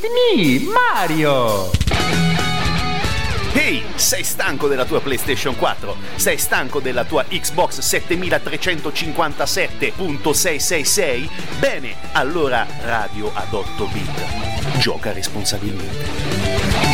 Me, Mario! Ehi, sei stanco della tua PlayStation 4? Sei stanco della tua Xbox 7357.666? Bene, allora Radio ad 8 bit. Gioca responsabilmente.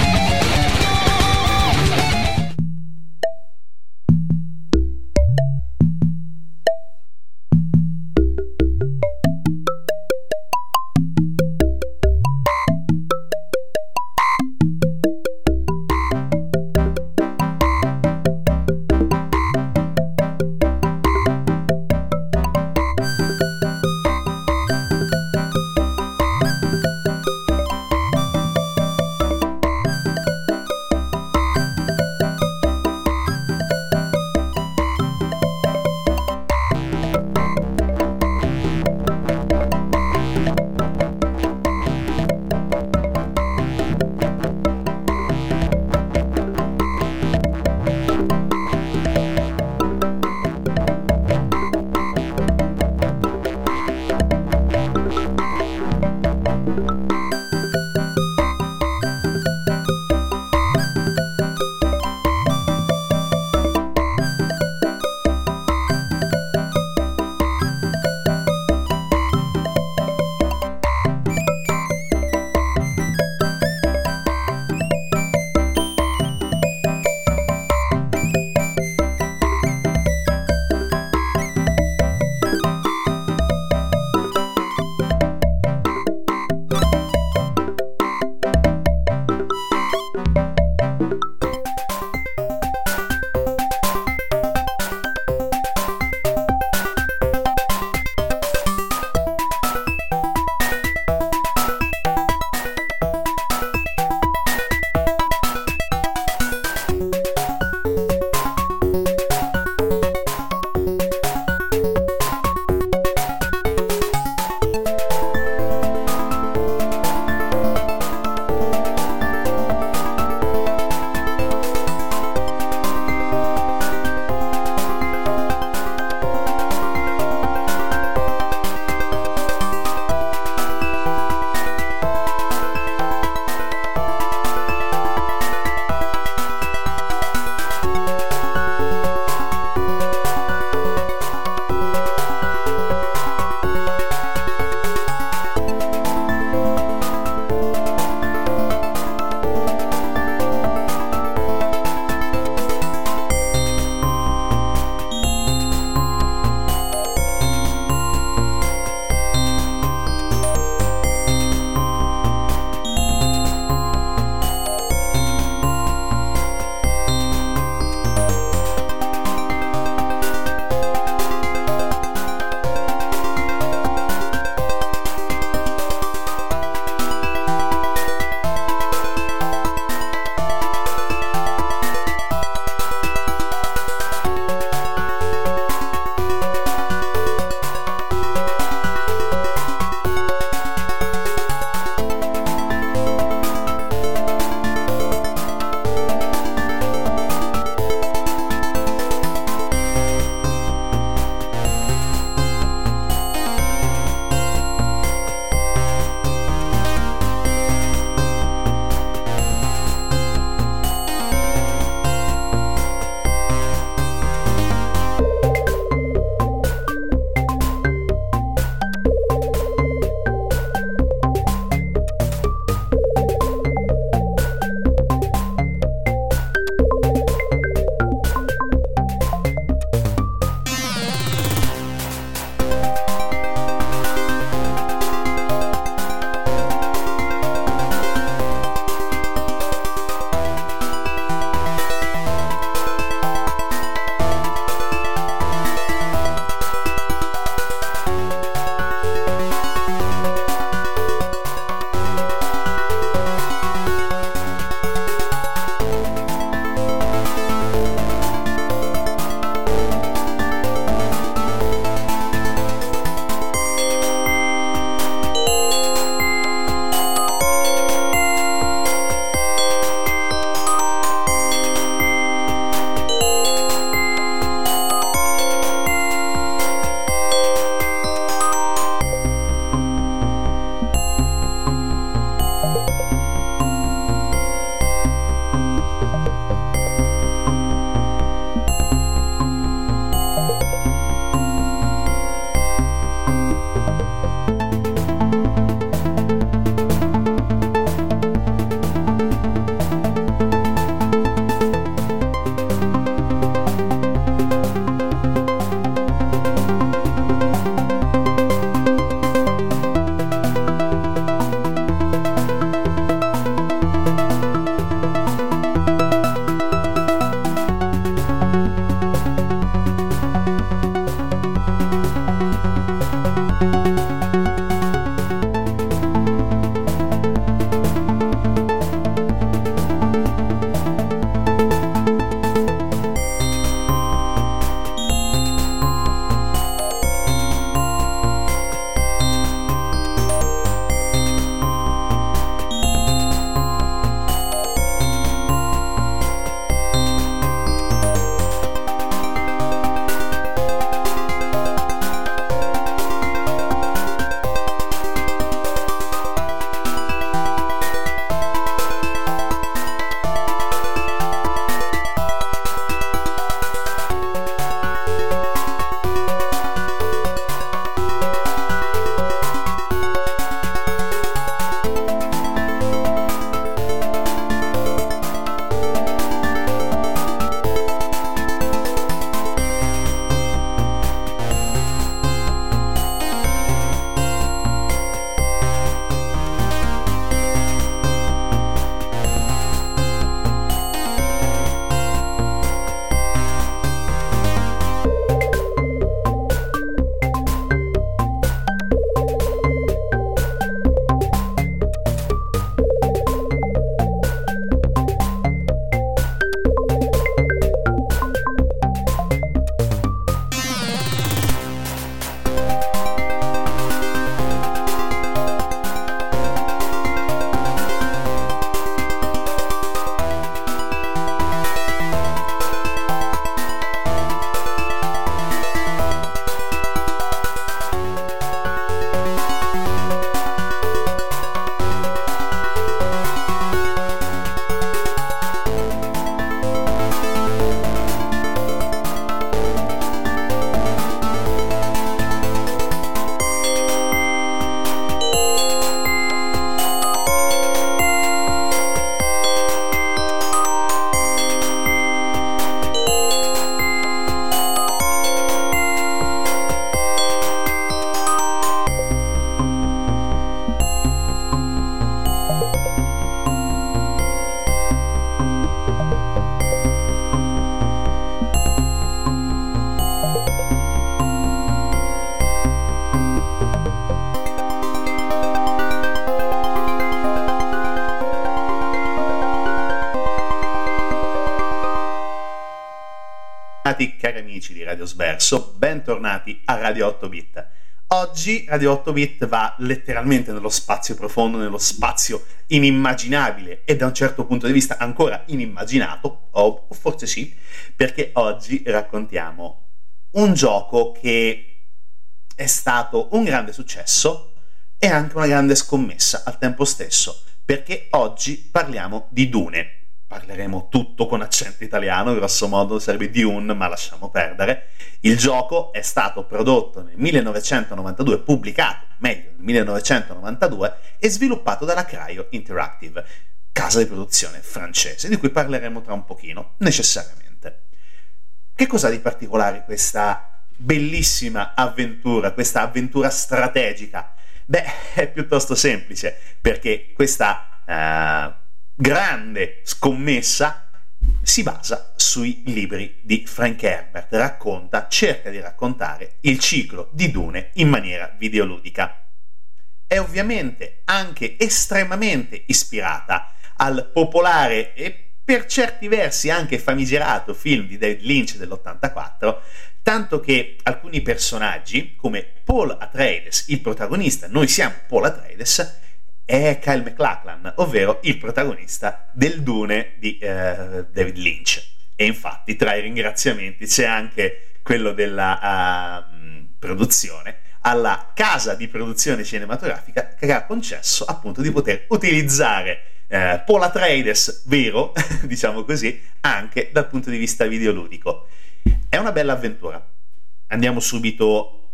amici di Radio Sverso, bentornati a Radio 8 Bit. Oggi Radio 8 Bit va letteralmente nello spazio profondo, nello spazio inimmaginabile e da un certo punto di vista ancora inimmaginato, o forse sì, perché oggi raccontiamo un gioco che è stato un grande successo e anche una grande scommessa al tempo stesso, perché oggi parliamo di Dune. Parleremo tutto con accento italiano, grosso modo sarebbe Dune, ma lasciamo perdere. Il gioco è stato prodotto nel 1992, pubblicato meglio nel 1992 e sviluppato dalla Cryo Interactive, casa di produzione francese, di cui parleremo tra un pochino, necessariamente. Che cosa ha di particolare questa bellissima avventura, questa avventura strategica? Beh, è piuttosto semplice, perché questa grande scommessa si basa sui libri di Frank Herbert, cerca di raccontare il ciclo di Dune in maniera videoludica. È ovviamente anche estremamente ispirata al popolare e per certi versi anche famigerato film di David Lynch dell'84, tanto che alcuni personaggi, come Paul Atreides, il protagonista, noi siamo Paul Atreides, è Kyle MacLachlan, ovvero il protagonista del Dune di David Lynch. E infatti tra i ringraziamenti c'è anche quello della produzione alla casa di produzione cinematografica che ha concesso appunto di poter utilizzare Paul Atreides vero, diciamo così, anche dal punto di vista videoludico. È una bella avventura. Andiamo subito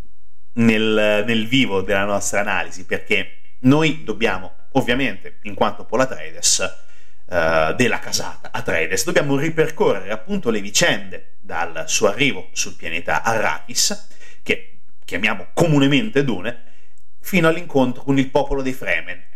nel vivo della nostra analisi, perché noi dobbiamo, ovviamente, in quanto Paul Atreides, della casata Atreides, dobbiamo ripercorrere appunto le vicende dal suo arrivo sul pianeta Arrakis, che chiamiamo comunemente Dune, fino all'incontro con il popolo dei Fremen,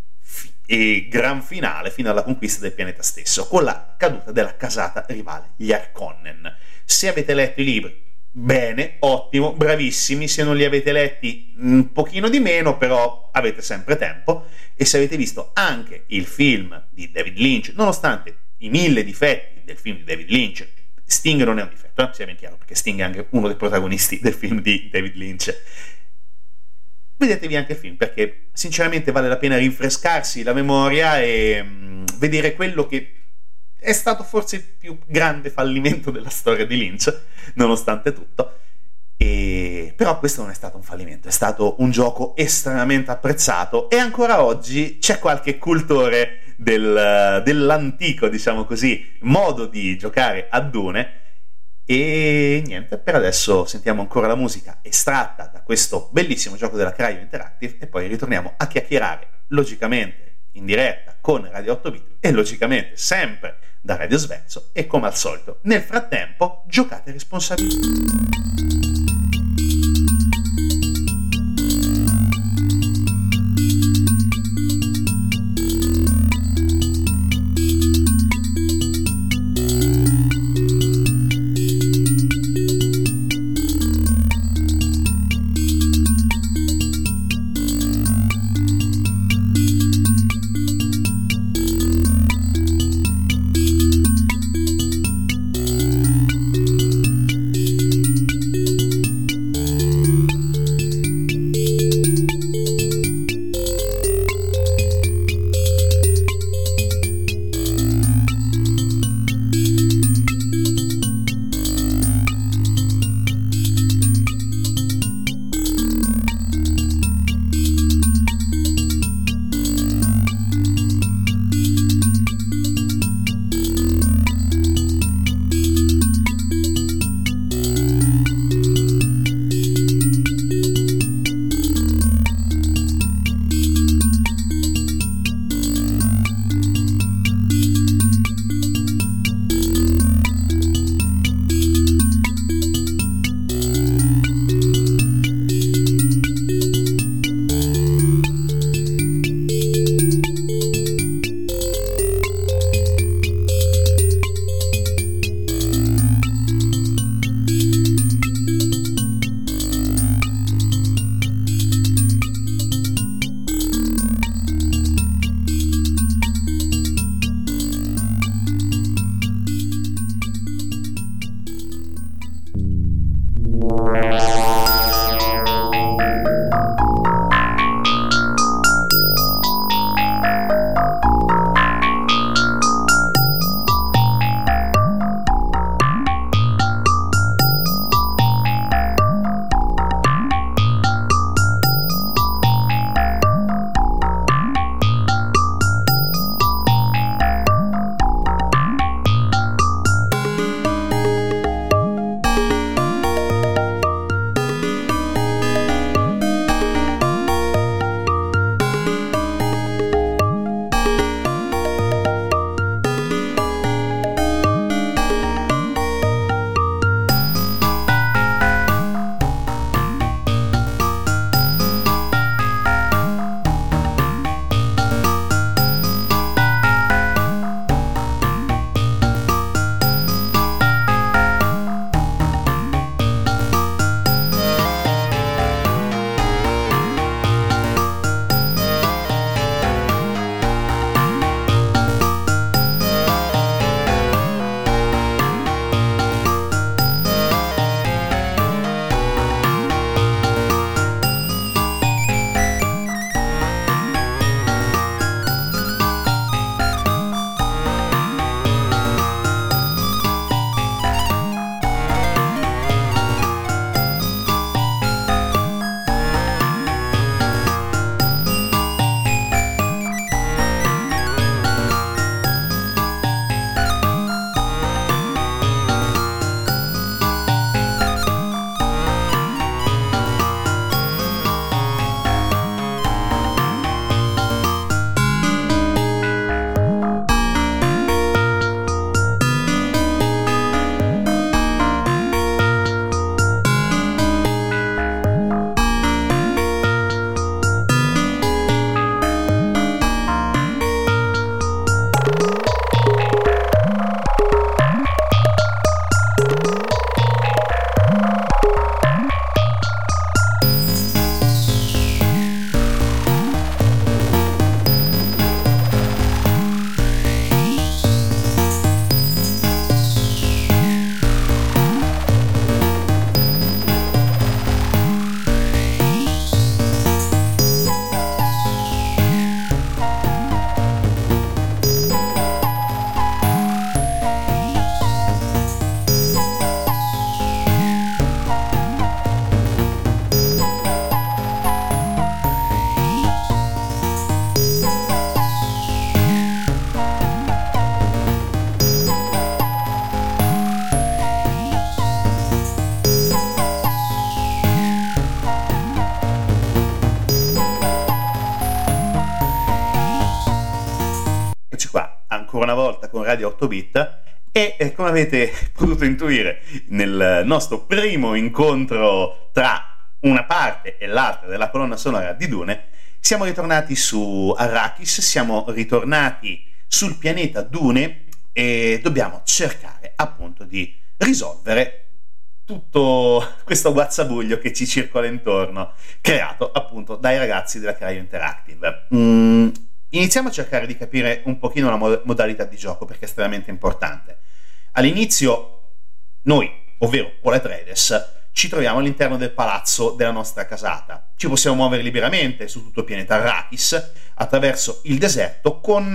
e gran finale fino alla conquista del pianeta stesso, con la caduta della casata rivale, gli Harkonnen. Se avete letto i libri, bene, ottimo, bravissimi. Se non li avete letti, un pochino di meno, però avete sempre tempo. E se avete visto anche il film di David Lynch, nonostante i 1000 difetti del film di David Lynch, Sting non è un difetto, sia ben chiaro, perché Sting è anche uno dei protagonisti del film di David Lynch. Vedetevi anche il film, perché sinceramente vale la pena rinfrescarsi la memoria e vedere quello che è stato forse il più grande fallimento della storia di Lynch, nonostante tutto. Però questo non è stato un fallimento, è stato un gioco estremamente apprezzato e ancora oggi c'è qualche cultore dell'antico, diciamo così, modo di giocare a Dune. E niente, per adesso sentiamo ancora la musica estratta da questo bellissimo gioco della Cryo Interactive e poi ritorniamo a chiacchierare, logicamente in diretta con Radio 8 Bit e logicamente sempre da Radio Sverso, e come al solito nel frattempo giocate responsabilmente. ancora una volta con Radio 8 Bit e come avete potuto intuire nel nostro primo incontro tra una parte e l'altra della colonna sonora di Dune, siamo ritornati su Arrakis, siamo ritornati sul pianeta Dune e dobbiamo cercare appunto di risolvere tutto questo guazzabuglio che ci circola intorno, creato appunto dai ragazzi della Cryo Interactive. Iniziamo a cercare di capire un pochino la modalità di gioco, perché è estremamente importante. All'inizio noi, ovvero Paul Atreides, ci troviamo all'interno del palazzo della nostra casata. Ci possiamo muovere liberamente su tutto il pianeta Arrakis attraverso il deserto con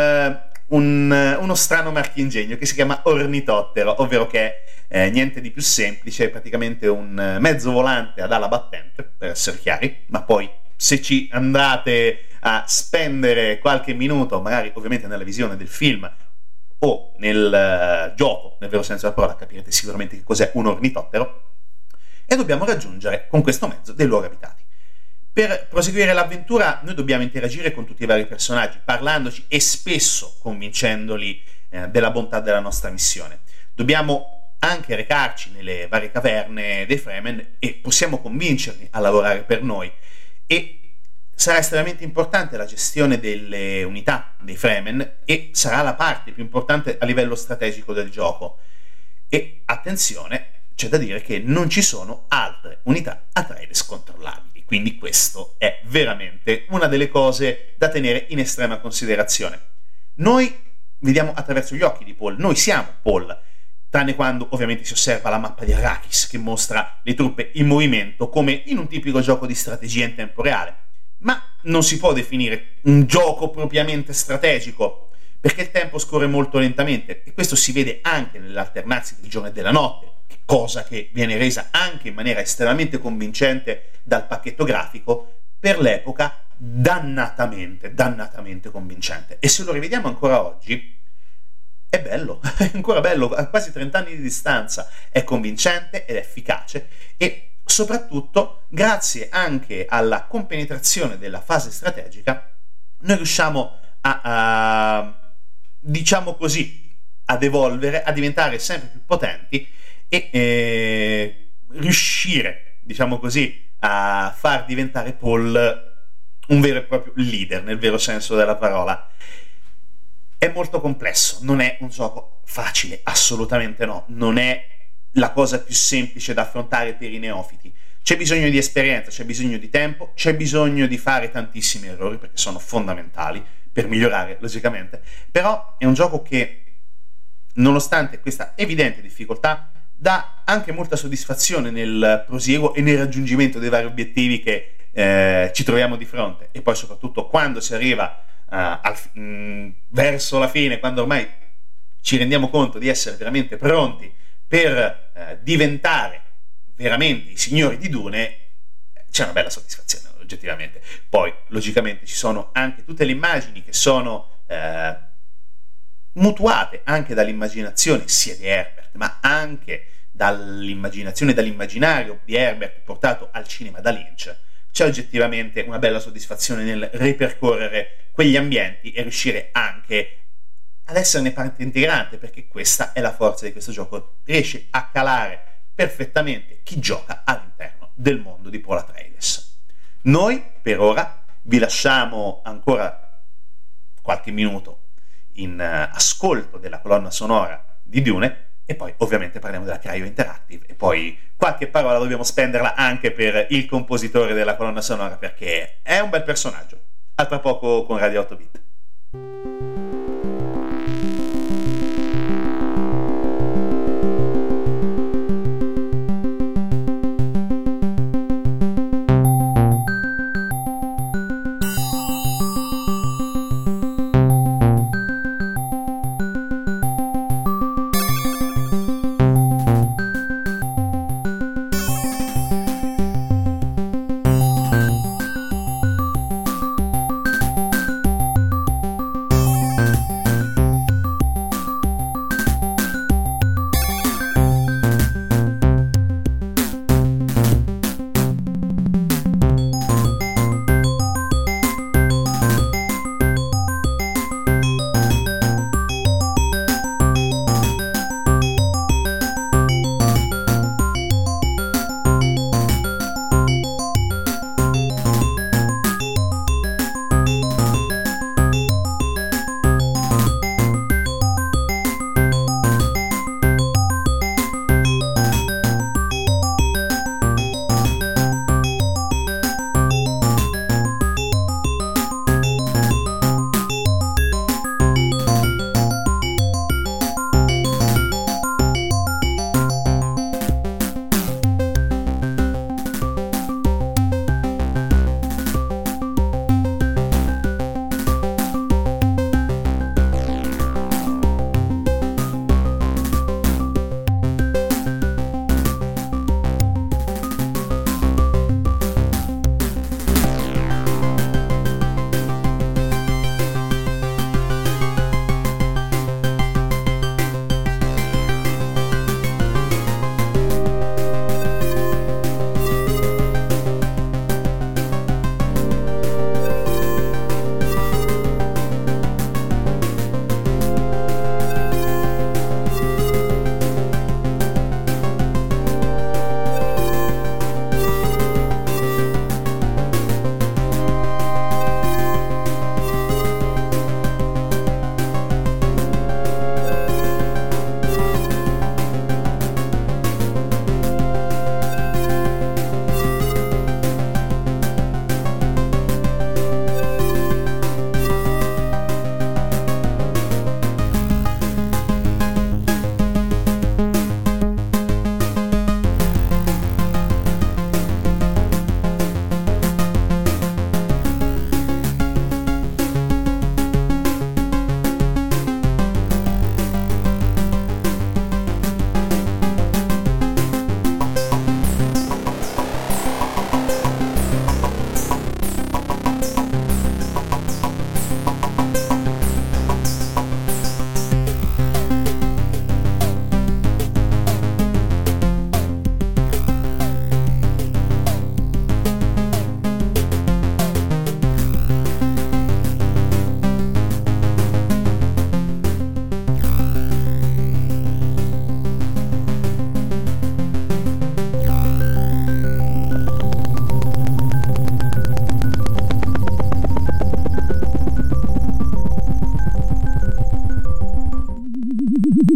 uno strano marchingegno che si chiama ornitottero, ovvero che è niente di più semplice, è praticamente un mezzo volante ad ala battente, per essere chiari, ma poi se ci andate a spendere qualche minuto, magari ovviamente nella visione del film o nel gioco, nel vero senso della parola, capirete sicuramente che cos'è un ornitottero, e dobbiamo raggiungere con questo mezzo dei luoghi abitati. Per proseguire l'avventura noi dobbiamo interagire con tutti i vari personaggi, parlandoci e spesso convincendoli della bontà della nostra missione. Dobbiamo anche recarci nelle varie caverne dei Fremen e possiamo convincerli a lavorare per noi, e sarà estremamente importante la gestione delle unità dei Fremen e sarà la parte più importante a livello strategico del gioco. E attenzione, c'è da dire che non ci sono altre unità Atreides controllabili, quindi questo è veramente una delle cose da tenere in estrema considerazione. Noi vediamo attraverso gli occhi di Paul, noi siamo Paul, tranne quando ovviamente si osserva la mappa di Arrakis che mostra le truppe in movimento come in un tipico gioco di strategia in tempo reale, ma non si può definire un gioco propriamente strategico perché il tempo scorre molto lentamente, e questo si vede anche nell'alternarsi del giorno e della notte, cosa che viene resa anche in maniera estremamente convincente dal pacchetto grafico, per l'epoca dannatamente convincente. E se lo rivediamo ancora oggi è bello, è ancora bello, a quasi 30 anni di distanza è convincente ed efficace, e soprattutto grazie anche alla compenetrazione della fase strategica noi riusciamo diciamo così, ad evolvere, a diventare sempre più potenti e riuscire, diciamo così, a far diventare Paul un vero e proprio leader nel vero senso della parola. È molto complesso, non è un gioco facile, assolutamente no, non è la cosa più semplice da affrontare per i neofiti. C'è bisogno di esperienza, c'è bisogno di tempo, c'è bisogno di fare tantissimi errori perché sono fondamentali per migliorare, logicamente, però è un gioco che, nonostante questa evidente difficoltà, dà anche molta soddisfazione nel prosieguo e nel raggiungimento dei vari obiettivi che ci troviamo di fronte. E poi soprattutto quando si arriva verso la fine, quando ormai ci rendiamo conto di essere veramente pronti per diventare veramente i signori di Dune, c'è una bella soddisfazione oggettivamente. Poi logicamente ci sono anche tutte le immagini che sono mutuate anche dall'immaginazione sia di Herbert, ma anche dall'immaginazione e dall'immaginario di Herbert portato al cinema da Lynch. C'è oggettivamente una bella soddisfazione nel ripercorrere quegli ambienti e riuscire anche ad esserne parte integrante, perché questa è la forza di questo gioco, riesce a calare perfettamente chi gioca all'interno del mondo di Paul Atreides. Noi per ora vi lasciamo ancora qualche minuto in ascolto della colonna sonora di Dune e poi ovviamente parliamo della Cryo Interactive, e poi qualche parola dobbiamo spenderla anche per il compositore della colonna sonora, perché è un bel personaggio. A tra poco con Radio 8 Bit.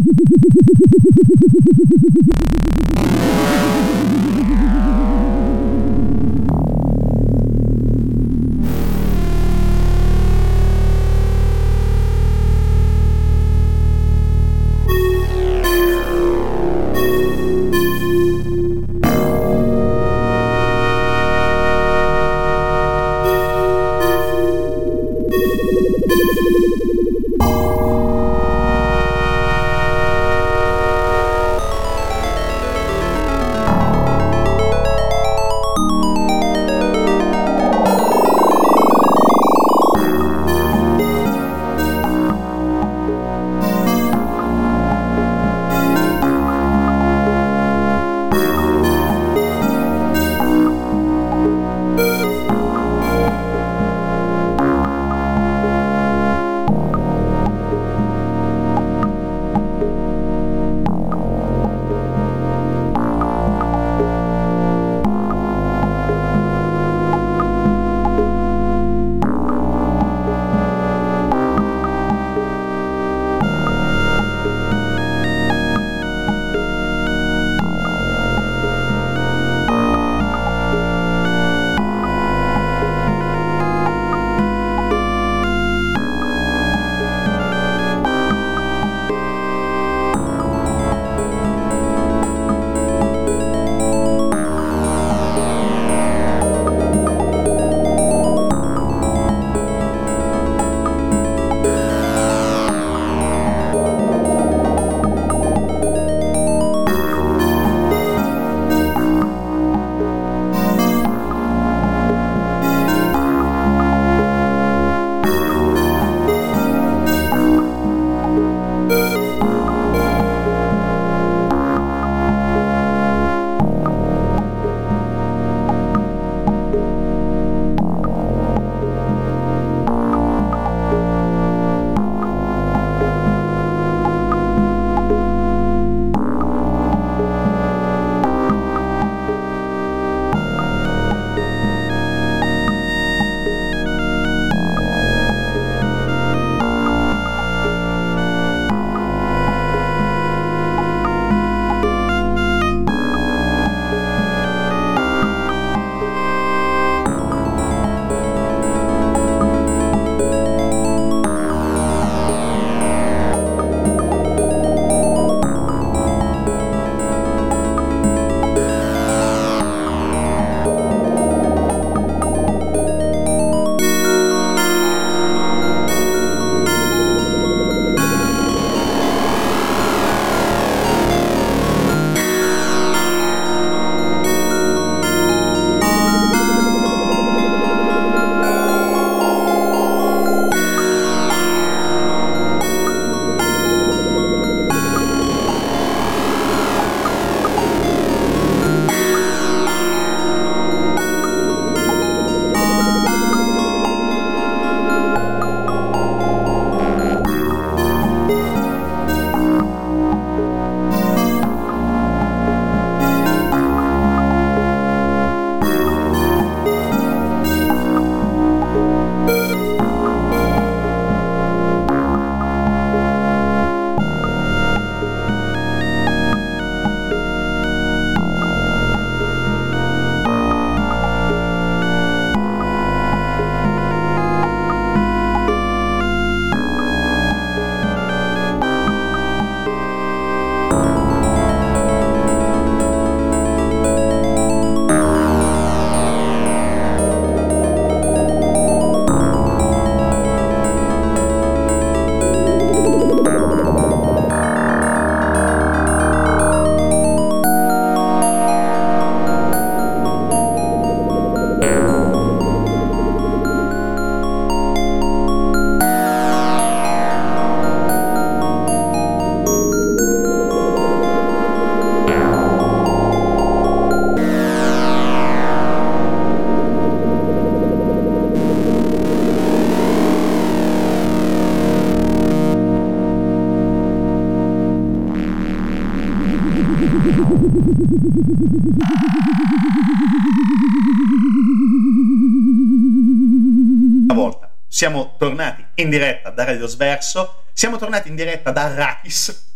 Siamo tornati in diretta da Radio Sverso, siamo tornati in diretta da Arrakis,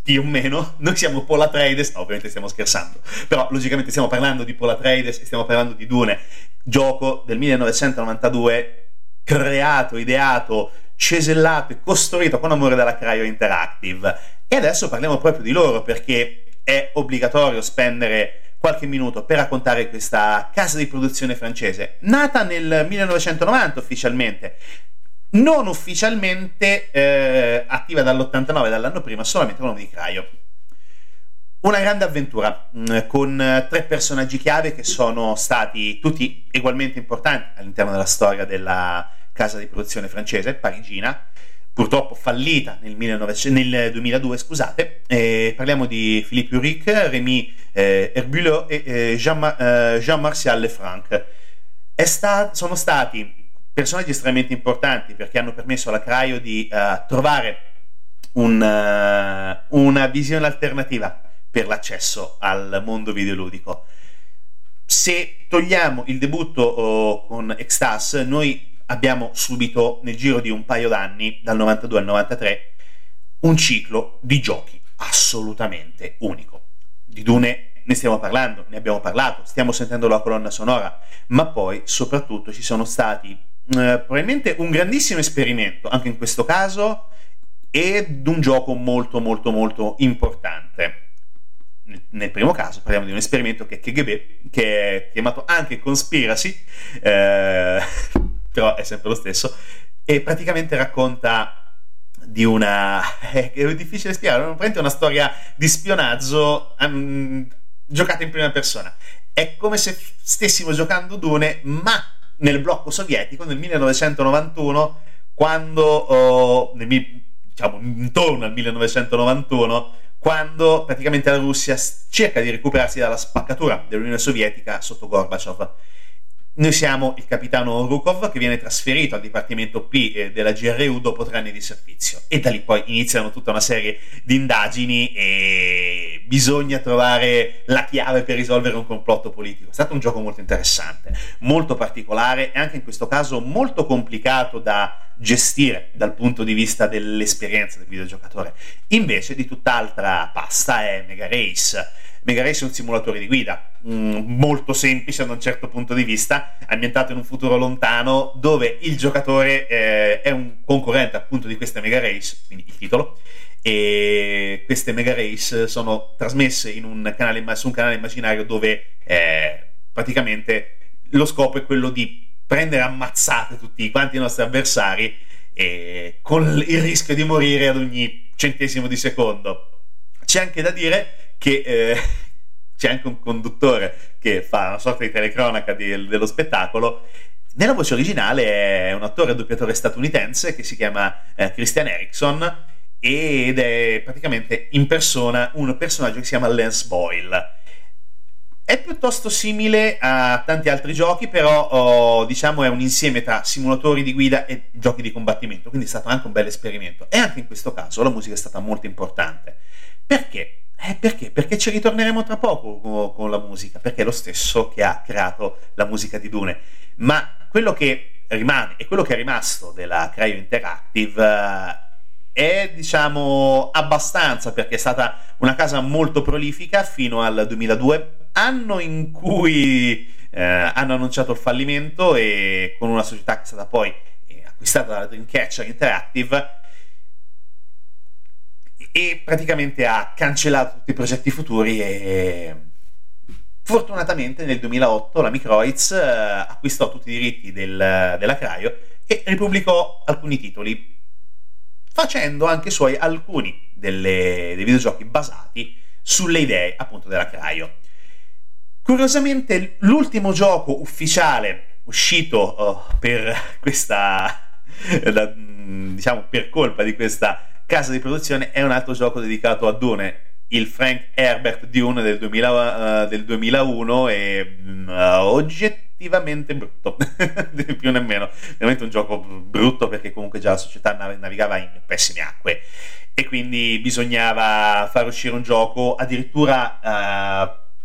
più o meno. Noi siamo Paul Atreides, no, ovviamente stiamo scherzando, però logicamente stiamo parlando di Paul Atreides e stiamo parlando di Dune, gioco del 1992 creato, ideato, cesellato e costruito con amore dalla Cryo Interactive. E adesso parliamo proprio di loro, perché è obbligatorio spendere qualche minuto per raccontare questa casa di produzione francese, nata nel 1990 ufficialmente, non ufficialmente attiva dall'89, dall'anno prima, solamente con il nome di Cryo. Una grande avventura con 3 personaggi chiave che sono stati tutti ugualmente importanti all'interno della storia della casa di produzione francese, parigina, purtroppo fallita nel 2002, scusate. Parliamo di Philippe Uric, Rémi Herbulot e Jean-Martial Lefranc. Sono stati personaggi estremamente importanti perché hanno permesso alla Cryo di trovare una visione alternativa per l'accesso al mondo videoludico. Se togliamo il debutto con Extas, noi abbiamo subito nel giro di un paio d'anni, dal 92 al 93, un ciclo di giochi assolutamente unico. Di Dune ne stiamo parlando, ne abbiamo parlato, stiamo sentendo la colonna sonora, ma poi soprattutto ci sono stati probabilmente un grandissimo esperimento anche in questo caso, ed un gioco molto molto molto importante. Nel primo caso parliamo di un esperimento che è KGB, che è chiamato anche Conspiracy, però è sempre lo stesso, e praticamente racconta di una è difficile spiegare, praticamente una storia di spionaggio giocata in prima persona. È come se stessimo giocando Dune, ma nel blocco sovietico nel 1991, quando diciamo intorno al 1991, quando praticamente la Russia cerca di recuperarsi dalla spaccatura dell'Unione Sovietica sotto Gorbaciov. Noi siamo il capitano Rukov, che viene trasferito al Dipartimento P della GRU dopo 3 anni di servizio, e da lì poi iniziano tutta una serie di indagini e bisogna trovare la chiave per risolvere un complotto politico. È stato un gioco molto interessante, molto particolare e anche in questo caso molto complicato da gestire dal punto di vista dell'esperienza del videogiocatore. Invece di tutt'altra pasta è Mega Race. Mega Race è un simulatore di guida molto semplice da un certo punto di vista, ambientato in un futuro lontano, dove il giocatore è un concorrente appunto di queste Mega Race, quindi il titolo, e queste Mega Race sono trasmesse in su un canale immaginario dove praticamente lo scopo è quello di prendere ammazzate tutti quanti i nostri avversari, con il rischio di morire ad ogni centesimo di secondo. C'è anche da dire che c'è anche un conduttore che fa una sorta di telecronaca dello spettacolo. Nella voce originale è un attore e doppiatore statunitense che si chiama Christian Eriksen, ed è praticamente in persona un personaggio che si chiama Lance Boyle. È piuttosto simile a tanti altri giochi, però diciamo è un insieme tra simulatori di guida e giochi di combattimento, quindi è stato anche un bel esperimento. E anche in questo caso la musica è stata molto importante. Perché? Perché ci ritorneremo tra poco con la musica, perché è lo stesso che ha creato la musica di Dune. Ma quello che rimane e quello che è rimasto della Cryo Interactive è, diciamo, abbastanza, perché è stata una casa molto prolifica fino al 2002, anno in cui hanno annunciato il fallimento, e con una società che è stata poi acquistata dalla Dreamcatcher Interactive, e praticamente ha cancellato tutti i progetti futuri. E fortunatamente nel 2008 la Microids acquistò tutti i diritti della Cryo e ripubblicò alcuni titoli, facendo anche suoi alcuni dei videogiochi basati sulle idee appunto della Cryo. Curiosamente l'ultimo gioco ufficiale uscito per questa diciamo per colpa di questa casa di produzione è un altro gioco dedicato a Dune, il Frank Herbert Dune del 2001, e oggettivamente brutto, più nemmeno, veramente un gioco brutto, perché comunque già la società navigava in pessime acque e quindi bisognava far uscire un gioco addirittura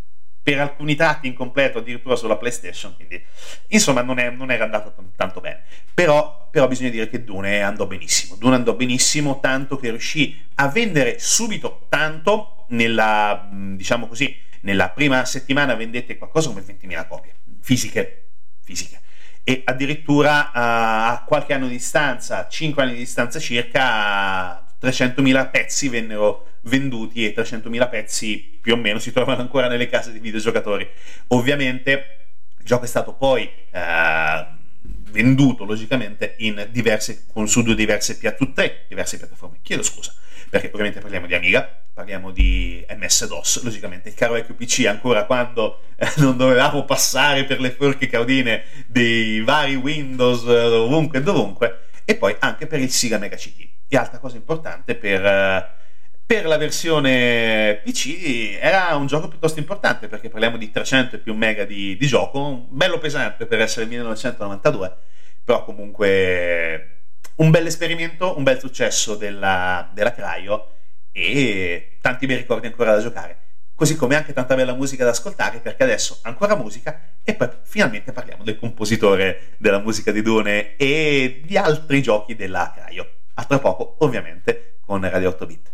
per alcuni tratti incompleto addirittura sulla PlayStation, quindi insomma non era andata tanto bene. Però bisogna dire che Dune andò benissimo, tanto che riuscì a vendere subito tanto. Diciamo così, nella prima settimana vendette qualcosa come 20.000 copie fisiche, e addirittura a qualche anno di distanza, 5 anni di distanza circa, 300.000 pezzi vennero venduti, e 300.000 pezzi più o meno si trovano ancora nelle case dei videogiocatori. Ovviamente il gioco è stato poi venduto logicamente su diverse piattaforme. Chiedo scusa, perché ovviamente parliamo di Amiga, parliamo di MS-DOS, logicamente il caro vecchio PC, ancora quando non dovevamo passare per le forche caudine dei vari Windows ovunque e dovunque, e poi anche per il Sega Mega CD. E altra cosa importante, per la versione PC era un gioco piuttosto importante, perché parliamo di 300 e più mega di gioco, bello pesante per essere il 1992, però comunque un bel esperimento, un bel successo della Cryo, e tanti bei ricordi ancora da giocare, così come anche tanta bella musica da ascoltare, perché adesso ancora musica, e poi finalmente parliamo del compositore della musica di Dune e di altri giochi della Cryo. A tra poco, ovviamente, con Radio 8 Bit.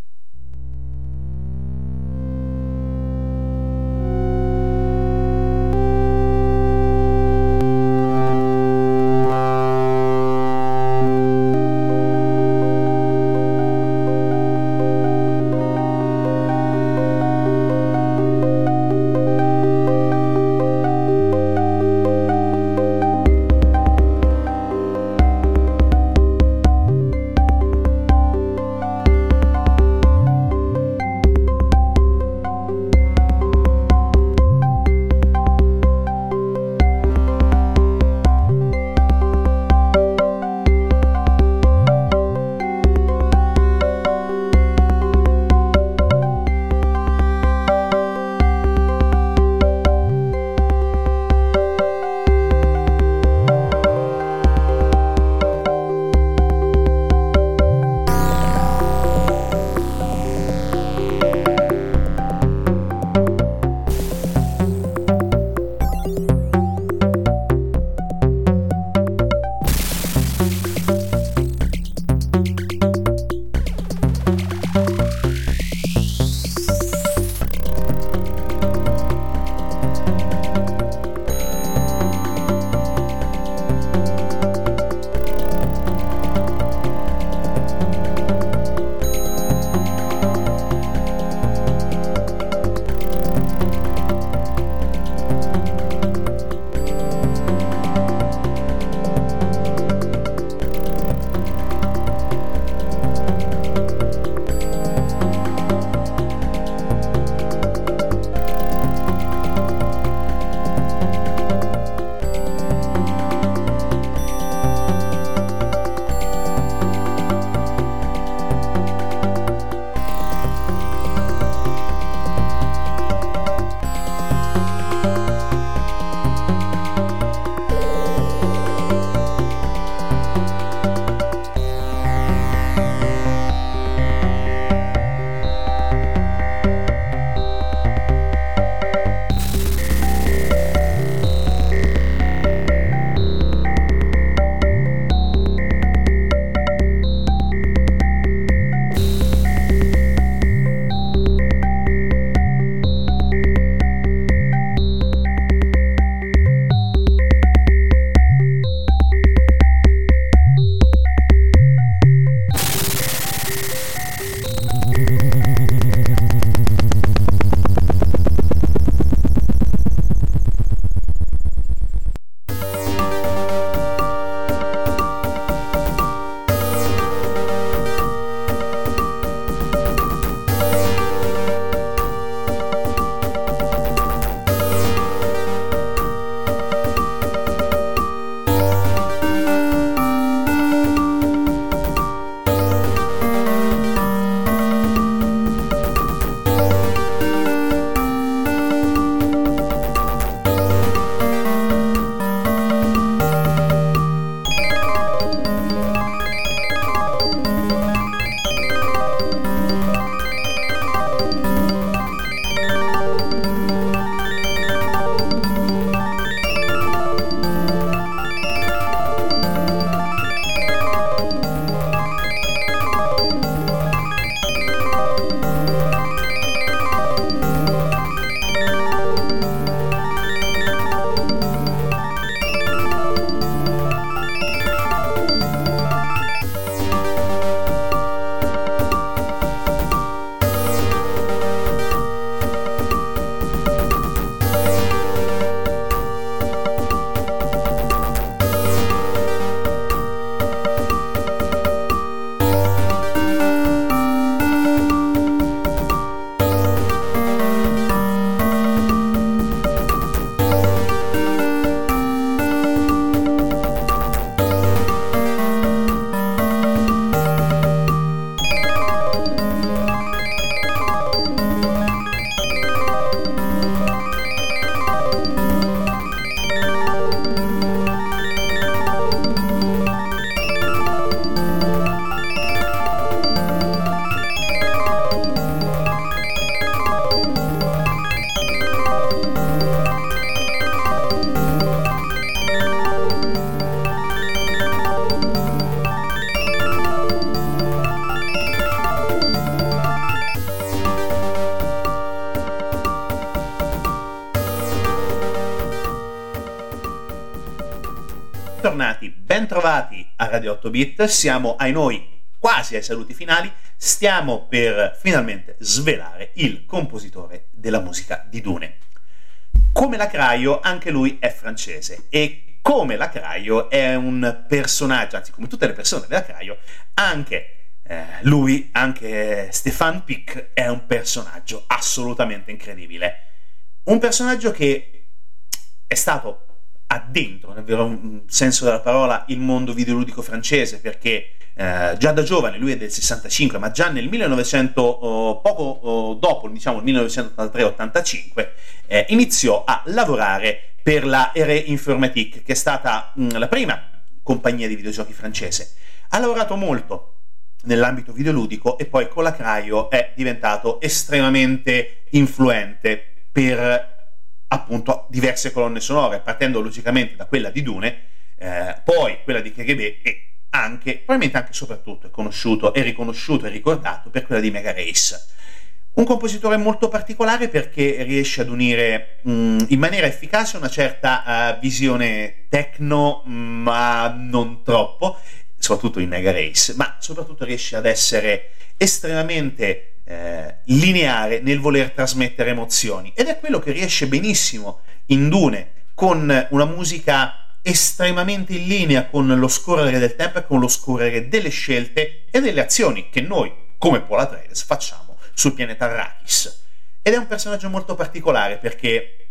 Bentornati, bentrovati a Radio 8 Bit, siamo ai noi quasi ai saluti finali, stiamo per finalmente svelare il compositore della musica di Dune. Come Lacraio, anche lui è francese e come Lacraio è un personaggio, anzi come tutte le persone della Lacraio, anche lui, anche Stéphane Pic, è un personaggio assolutamente incredibile. Un personaggio che è stato addentro, nel vero senso della parola, il mondo videoludico francese, perché già da giovane, lui è del 65, ma già nel 1900, poco dopo, diciamo il 1983-85, iniziò a lavorare per la RE Informatique, che è stata la prima compagnia di videogiochi francese. Ha lavorato molto nell'ambito videoludico e poi con Lacraio è diventato estremamente influente per appunto diverse colonne sonore, partendo logicamente da quella di Dune, poi quella di KGB e anche, probabilmente anche soprattutto, è conosciuto e riconosciuto e ricordato per quella di Mega Race. Un compositore molto particolare perché riesce ad unire in maniera efficace una certa visione techno, ma non troppo, soprattutto in Mega Race, ma soprattutto riesce ad essere estremamente lineare nel voler trasmettere emozioni, ed è quello che riesce benissimo in Dune, con una musica estremamente in linea con lo scorrere del tempo e con lo scorrere delle scelte e delle azioni che noi, come Paul Atreides, facciamo sul pianeta Arrakis. Ed è un personaggio molto particolare perché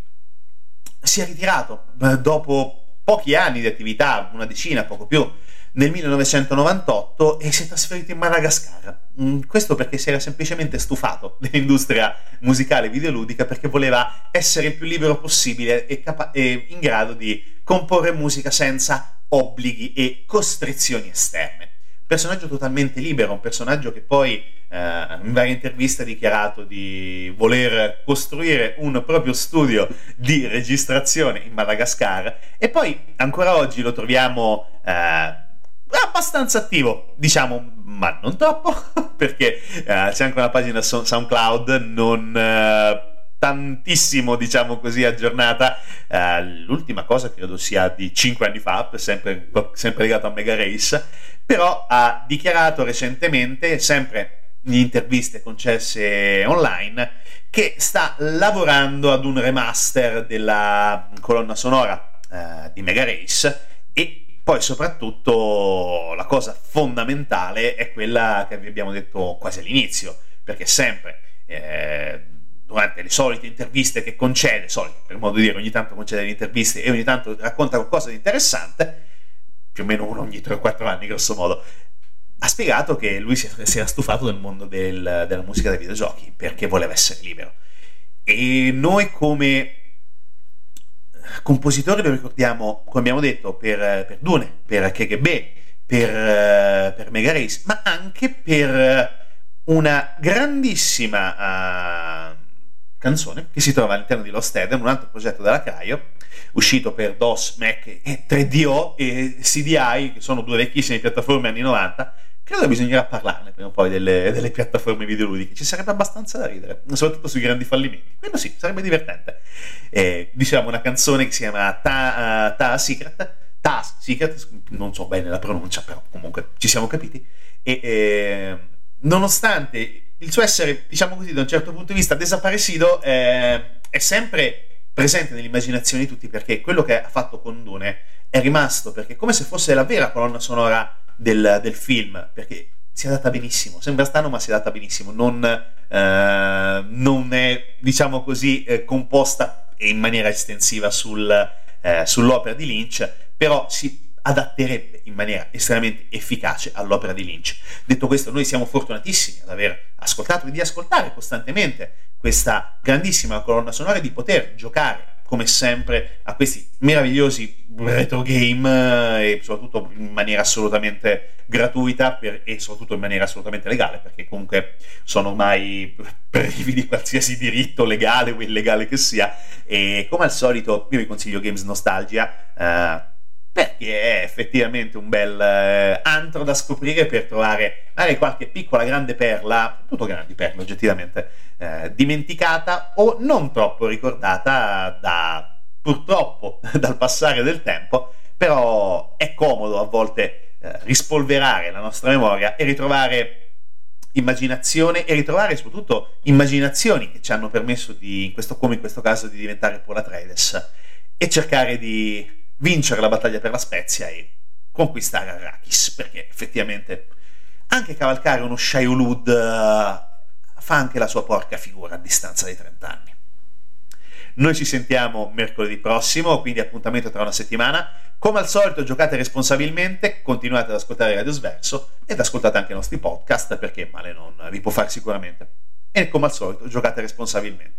si è ritirato dopo pochi anni di attività, una decina, poco più, nel 1998, e si è trasferito in Madagascar. Questo perché si era semplicemente stufato dell'industria musicale videoludica, perché voleva essere il più libero possibile e in grado di comporre musica senza obblighi e costrizioni esterne. Personaggio totalmente libero, un personaggio che poi in varie interviste ha dichiarato di voler costruire un proprio studio di registrazione in Madagascar, e poi ancora oggi lo troviamo abbastanza attivo, diciamo, ma non troppo, perché c'è anche una pagina SoundCloud non tantissimo, diciamo così, aggiornata. L'ultima cosa credo sia di 5 anni fa, sempre legato a Mega Race, però ha dichiarato recentemente, sempre in interviste concesse online, che sta lavorando ad un remaster della colonna sonora di Mega Race. E poi soprattutto la cosa fondamentale è quella che vi abbiamo detto quasi all'inizio, perché sempre durante le solite interviste che concede, per modo di dire, ogni tanto concede le interviste e ogni tanto racconta qualcosa di interessante, più o meno uno ogni 3 o 4 anni grosso modo, ha spiegato che lui si era stufato del mondo della musica dei videogiochi perché voleva essere libero. E noi come compositori lo ricordiamo, come abbiamo detto, per Dune, per KGB, per Mega Race, ma anche per una grandissima canzone che si trova all'interno di Lost Eden, un altro progetto della Lacraio, uscito per DOS, Mac e 3DO e CDI, che sono due vecchissime piattaforme anni 90. Credo che bisognerà parlarne prima o poi delle piattaforme videoludiche, ci sarebbe abbastanza da ridere, soprattutto sui grandi fallimenti. Quello sì, sarebbe divertente. Diciamo una canzone che si chiama Ta Secret, non so bene la pronuncia, però comunque ci siamo capiti. E nonostante il suo essere, diciamo così, da un certo punto di vista desaparecido, è sempre presente nell'immaginazione di tutti, perché quello che ha fatto con Dune è rimasto, perché è come se fosse la vera colonna sonora del film, perché si adatta benissimo, sembra strano ma si adatta benissimo, non è, diciamo così, composta in maniera estensiva sull'opera di Lynch, però si adatterebbe in maniera estremamente efficace all'opera di Lynch. Detto questo, noi siamo fortunatissimi ad aver ascoltato e di ascoltare costantemente questa grandissima colonna sonora e di poter giocare come sempre a questi meravigliosi retro game, e soprattutto in maniera assolutamente gratuita e soprattutto in maniera assolutamente legale, perché comunque sono ormai privi di qualsiasi diritto legale o illegale che sia. E come al solito io vi consiglio Games Nostalgia, perché è effettivamente un bel antro da scoprire per trovare magari qualche piccola grande perla, tutto grandi perle oggettivamente, dimenticata o non troppo ricordata purtroppo dal passare del tempo, però è comodo a volte rispolverare la nostra memoria e ritrovare immaginazione e ritrovare soprattutto immaginazioni che ci hanno permesso di, come in questo caso, di diventare Paul Atreides e cercare di vincere la battaglia per la Spezia e conquistare Arrakis, perché effettivamente anche cavalcare uno Shai-Hulud fa anche la sua porca figura a distanza di 30 anni. Noi ci sentiamo mercoledì prossimo, quindi appuntamento tra una settimana. Come al solito giocate responsabilmente, continuate ad ascoltare Radio Sverso ed ascoltate anche i nostri podcast, perché male non vi può fare sicuramente. E come al solito giocate responsabilmente.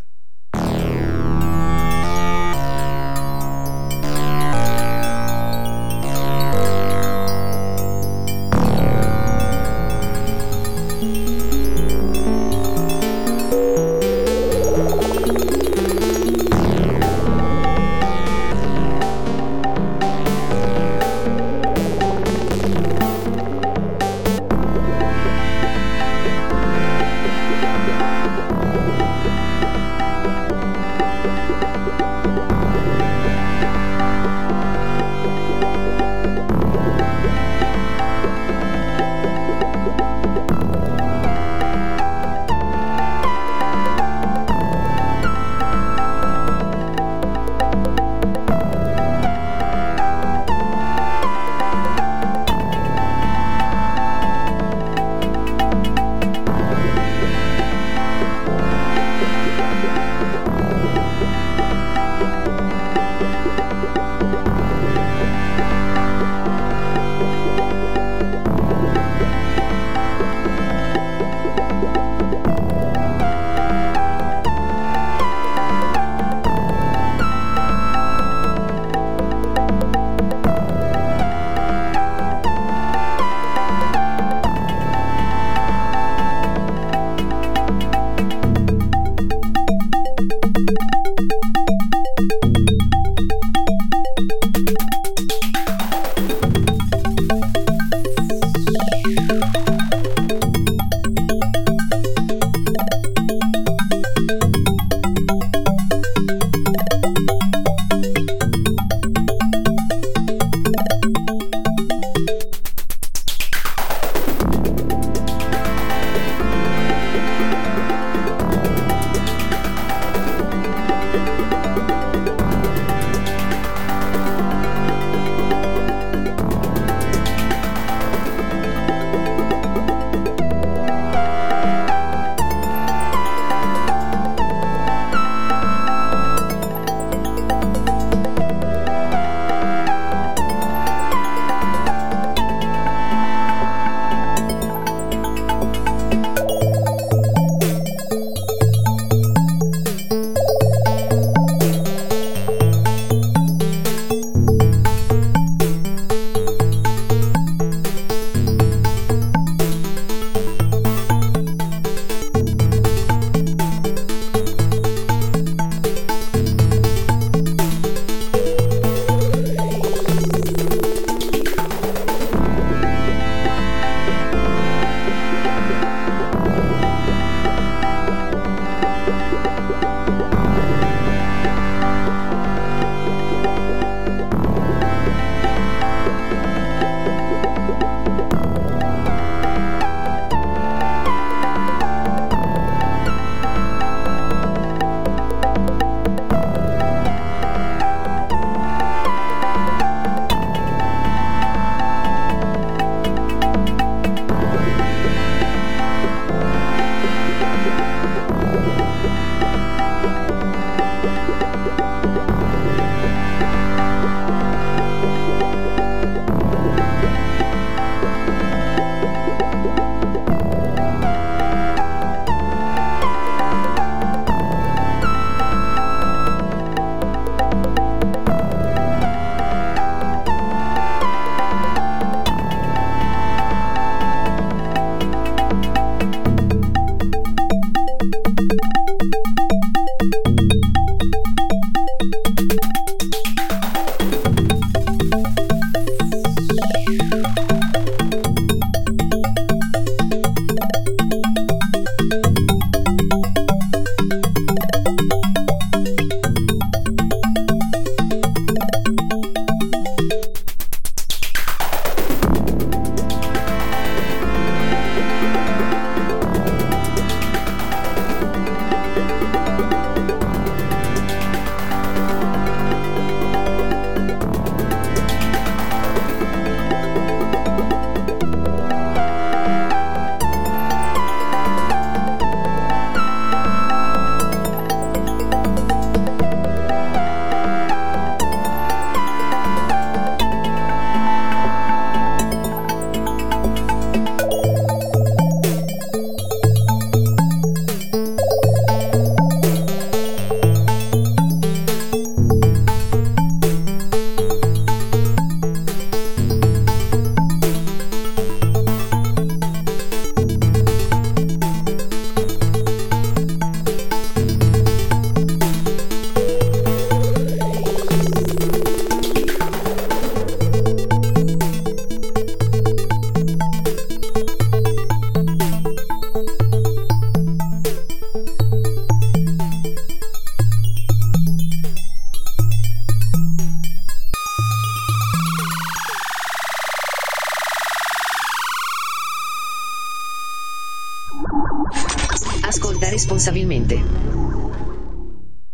Ascolta responsabilmente.